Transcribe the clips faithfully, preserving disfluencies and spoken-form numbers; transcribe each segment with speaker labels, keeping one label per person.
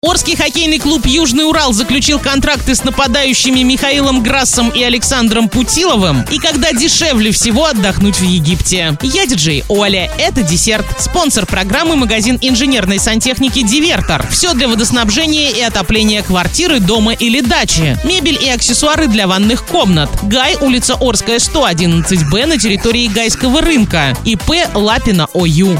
Speaker 1: Орский хоккейный клуб «Южный Урал» заключил контракты с нападающими Михаилом Грассом и Александром Путиловым. И когда дешевле всего отдохнуть в Египте. Я диджей Оля, это десерт. Спонсор программы — магазин инженерной сантехники «Дивертор». Все для водоснабжения и отопления квартиры, дома или дачи. Мебель и аксессуары для ванных комнат. Гай, улица Орская, сто одиннадцать бэ на территории Гайского рынка. ИП Лапина ОЮ.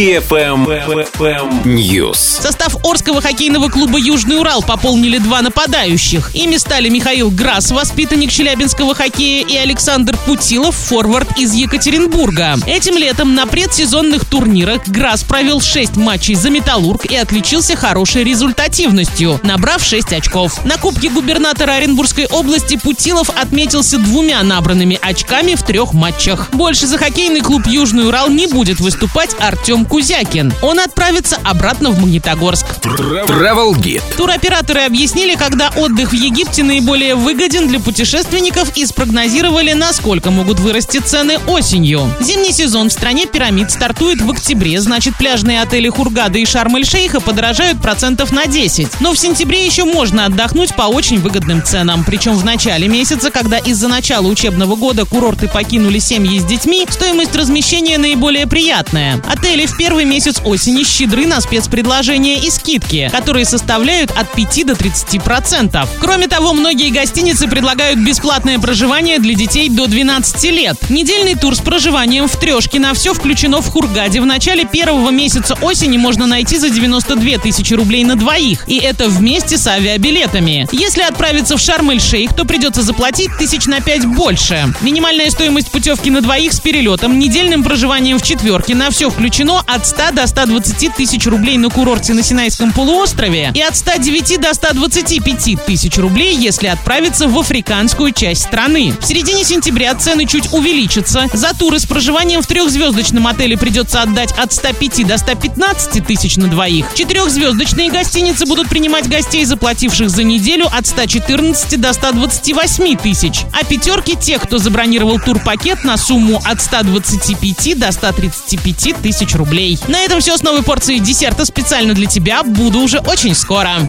Speaker 2: News.
Speaker 1: Состав Орского хоккейного клуба «Южный Урал» пополнили два нападающих. Ими стали Михаил Грасс, воспитанник челябинского хоккея, и Александр Путилов, форвард из Екатеринбурга. Этим летом на предсезонных турнирах Грасс провел шесть матчей за «Металлург» и отличился хорошей результативностью, набрав шесть очков. На Кубке губернатора Оренбургской области Путилов отметился двумя набранными очками в трех матчах. Больше за хоккейный клуб «Южный Урал» не будет выступать Артем Кузякин. Он отправится обратно в Магнитогорск.
Speaker 2: Travel Guide.
Speaker 1: Туроператоры объяснили, когда отдых в Египте наиболее выгоден для путешественников, и спрогнозировали, насколько могут вырасти цены осенью. Зимний сезон в стране пирамид стартует в октябре, значит, пляжные отели Хургада и Шарм-эль-Шейха подорожают процентов на десять. Но в сентябре еще можно отдохнуть по очень выгодным ценам. Причем в начале месяца, когда из-за начала учебного года курорты покинули семьи с детьми, стоимость размещения наиболее приятная. Отели в первый месяц осени щедры на спецпредложения и скидки, которые составляют от пяти до тридцати процентов. Кроме того, многие гостиницы предлагают бесплатное проживание для детей до двенадцати лет. Недельный тур с проживанием в трешке на все включено в Хургаде в начале первого месяца осени можно найти за девяносто две тысячи рублей на двоих. И это вместе с авиабилетами. Если отправиться в Шарм-эль-Шейх, то придется заплатить тысяч на пять больше. Минимальная стоимость путевки на двоих с перелетом, недельным проживанием в четверке на все включено от ста до ста двадцати тысяч рублей на курорте на Синайском полуострове и от ста девяти до ста двадцати пяти тысяч рублей, если отправиться в африканскую часть страны. В середине сентября цены чуть увеличатся. За туры с проживанием в трехзвездочном отеле придется отдать от ста пяти до ста пятнадцати тысяч на двоих. Четырехзвездочные гостиницы будут принимать гостей, заплативших за неделю, от ста четырнадцати до ста двадцати восьми тысяч. А пятерки — тех, кто забронировал турпакет на сумму от ста двадцати пяти до ста тридцати пяти тысяч рублей. На этом все с новой порцией десерта специально для тебя. Буду уже очень скоро.